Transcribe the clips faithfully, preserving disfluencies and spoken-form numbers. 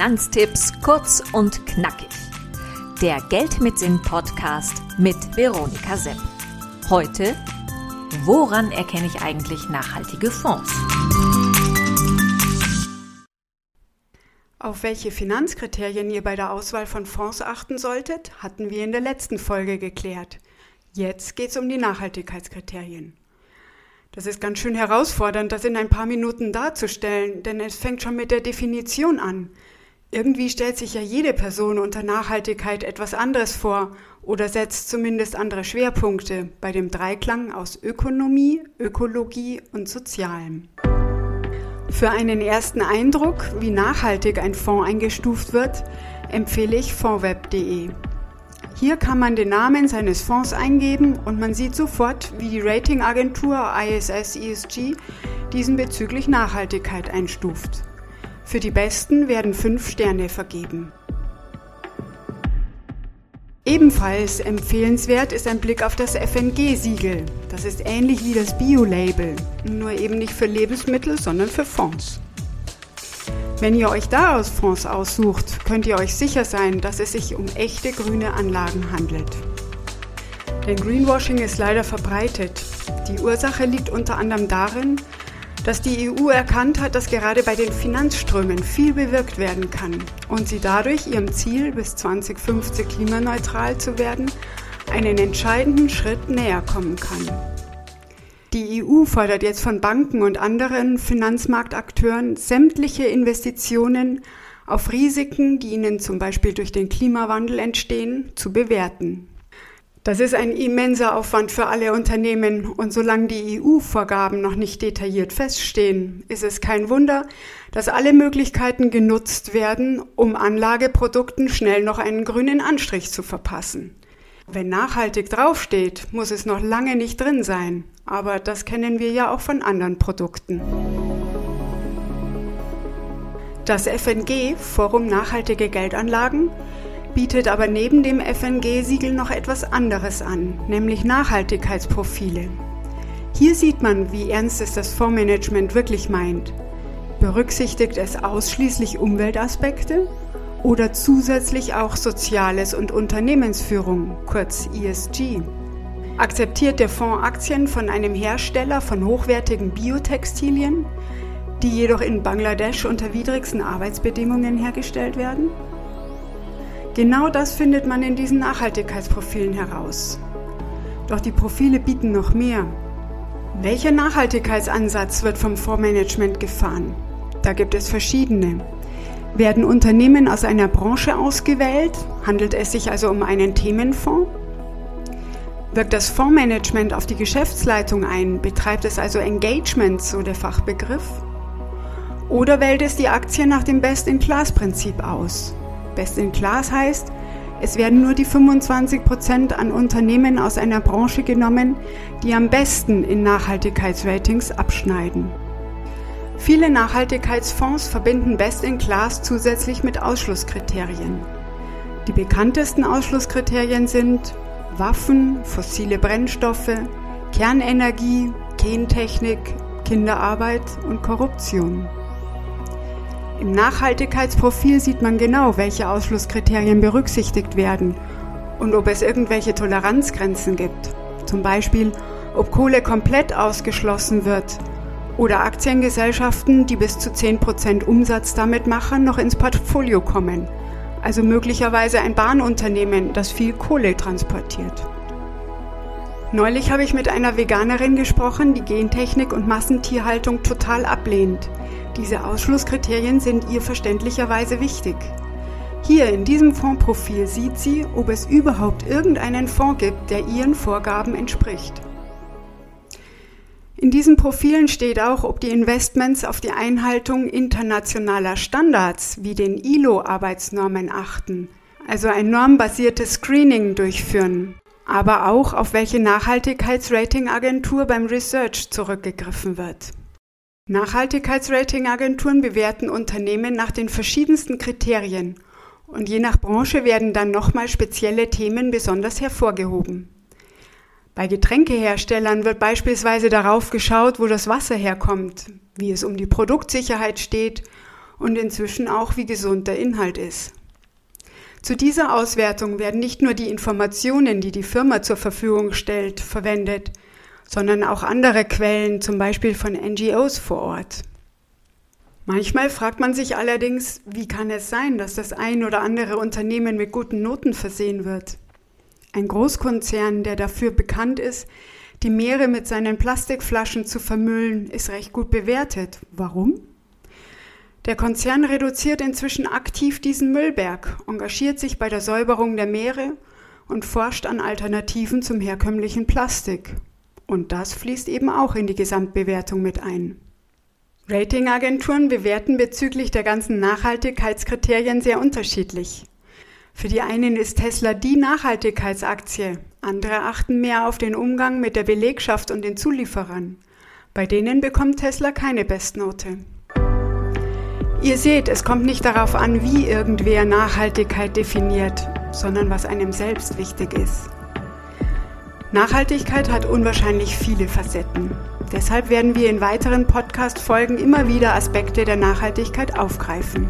Finanztipps kurz und knackig. Der Geld mit Sinn Podcast mit Veronika Sepp. Heute, woran erkenne ich eigentlich nachhaltige Fonds? Auf welche Finanzkriterien ihr bei der Auswahl von Fonds achten solltet, hatten wir in der letzten Folge geklärt. Jetzt geht es um die Nachhaltigkeitskriterien. Das ist ganz schön herausfordernd, das in ein paar Minuten darzustellen, denn es fängt schon mit der Definition an. Irgendwie stellt sich ja jede Person unter Nachhaltigkeit etwas anderes vor oder setzt zumindest andere Schwerpunkte bei dem Dreiklang aus Ökonomie, Ökologie und Sozialem. Für einen ersten Eindruck, wie nachhaltig ein Fonds eingestuft wird, empfehle ich fondsweb punkt de. Hier kann man den Namen seines Fonds eingeben und man sieht sofort, wie die Ratingagentur I S S E S G diesen bezüglich Nachhaltigkeit einstuft. Für die besten werden fünf Sterne vergeben. Ebenfalls empfehlenswert ist ein Blick auf das F N G-Siegel. Das ist ähnlich wie das Bio-Label, nur eben nicht für Lebensmittel, sondern für Fonds. Wenn ihr euch daraus Fonds aussucht, könnt ihr euch sicher sein, dass es sich um echte grüne Anlagen handelt. Denn Greenwashing ist leider verbreitet. Die Ursache liegt unter anderem darin, dass die E U erkannt hat, dass gerade bei den Finanzströmen viel bewirkt werden kann und sie dadurch ihrem Ziel, bis zwanzig fünfzig klimaneutral zu werden, einen entscheidenden Schritt näher kommen kann. Die E U fordert jetzt von Banken und anderen Finanzmarktakteuren, sämtliche Investitionen auf Risiken, die ihnen zum Beispiel durch den Klimawandel entstehen, zu bewerten. Das ist ein immenser Aufwand für alle Unternehmen und solange die E U-Vorgaben noch nicht detailliert feststehen, ist es kein Wunder, dass alle Möglichkeiten genutzt werden, um Anlageprodukten schnell noch einen grünen Anstrich zu verpassen. Wenn nachhaltig draufsteht, muss es noch lange nicht drin sein, aber das kennen wir ja auch von anderen Produkten. Das F N G, Forum Nachhaltige Geldanlagen, bietet aber neben dem F N G-Siegel noch etwas anderes an, nämlich Nachhaltigkeitsprofile. Hier sieht man, wie ernst es das Fondsmanagement wirklich meint. Berücksichtigt es ausschließlich Umweltaspekte oder zusätzlich auch Soziales und Unternehmensführung, kurz E S G? Akzeptiert der Fonds Aktien von einem Hersteller von hochwertigen Biotextilien, die jedoch in Bangladesch unter widrigsten Arbeitsbedingungen hergestellt werden? Genau das findet man in diesen Nachhaltigkeitsprofilen heraus. Doch die Profile bieten noch mehr. Welcher Nachhaltigkeitsansatz wird vom Fondsmanagement gefahren? Da gibt es verschiedene. Werden Unternehmen aus einer Branche ausgewählt? Handelt es sich also um einen Themenfonds? Wirkt das Fondsmanagement auf die Geschäftsleitung ein? Betreibt es also Engagement, so der Fachbegriff? Oder wählt es die Aktien nach dem Best-in-Class-Prinzip aus? Best in Class heißt, es werden nur die fünfundzwanzig Prozent an Unternehmen aus einer Branche genommen, die am besten in Nachhaltigkeitsratings abschneiden. Viele Nachhaltigkeitsfonds verbinden Best in Class zusätzlich mit Ausschlusskriterien. Die bekanntesten Ausschlusskriterien sind Waffen, fossile Brennstoffe, Kernenergie, Gentechnik, Kinderarbeit und Korruption. Im Nachhaltigkeitsprofil sieht man genau, welche Ausschlusskriterien berücksichtigt werden und ob es irgendwelche Toleranzgrenzen gibt. Zum Beispiel, ob Kohle komplett ausgeschlossen wird oder Aktiengesellschaften, die bis zu zehn Prozent Umsatz damit machen, noch ins Portfolio kommen. Also möglicherweise ein Bahnunternehmen, das viel Kohle transportiert. Neulich habe ich mit einer Veganerin gesprochen, die Gentechnik und Massentierhaltung total ablehnt. Diese Ausschlusskriterien sind ihr verständlicherweise wichtig. Hier in diesem Fondsprofil sieht sie, ob es überhaupt irgendeinen Fonds gibt, der ihren Vorgaben entspricht. In diesen Profilen steht auch, ob die Investments auf die Einhaltung internationaler Standards wie den I L O-Arbeitsnormen achten, also ein normbasiertes Screening durchführen, aber auch auf welche Nachhaltigkeitsratingagentur beim Research zurückgegriffen wird. Nachhaltigkeitsratingagenturen bewerten Unternehmen nach den verschiedensten Kriterien und je nach Branche werden dann nochmal spezielle Themen besonders hervorgehoben. Bei Getränkeherstellern wird beispielsweise darauf geschaut, wo das Wasser herkommt, wie es um die Produktsicherheit steht und inzwischen auch, wie gesund der Inhalt ist. Zu dieser Auswertung werden nicht nur die Informationen, die die Firma zur Verfügung stellt, verwendet, sondern auch andere Quellen, zum Beispiel von N G Os vor Ort. Manchmal fragt man sich allerdings, wie kann es sein, dass das ein oder andere Unternehmen mit guten Noten versehen wird? Ein Großkonzern, der dafür bekannt ist, die Meere mit seinen Plastikflaschen zu vermüllen, ist recht gut bewertet. Warum? Der Konzern reduziert inzwischen aktiv diesen Müllberg, engagiert sich bei der Säuberung der Meere und forscht an Alternativen zum herkömmlichen Plastik. Und das fließt eben auch in die Gesamtbewertung mit ein. Ratingagenturen bewerten bezüglich der ganzen Nachhaltigkeitskriterien sehr unterschiedlich. Für die einen ist Tesla die Nachhaltigkeitsaktie, andere achten mehr auf den Umgang mit der Belegschaft und den Zulieferern. Bei denen bekommt Tesla keine Bestnote. Ihr seht, es kommt nicht darauf an, wie irgendwer Nachhaltigkeit definiert, sondern was einem selbst wichtig ist. Nachhaltigkeit hat unwahrscheinlich viele Facetten. Deshalb werden wir in weiteren Podcast-Folgen immer wieder Aspekte der Nachhaltigkeit aufgreifen.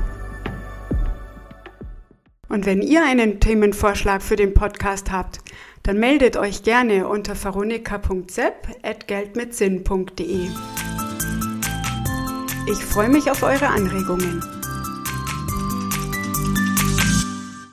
Und wenn ihr einen Themenvorschlag für den Podcast habt, dann meldet euch gerne unter veronika punkt sepp at geldmitsinn punkt de. Ich freue mich auf eure Anregungen.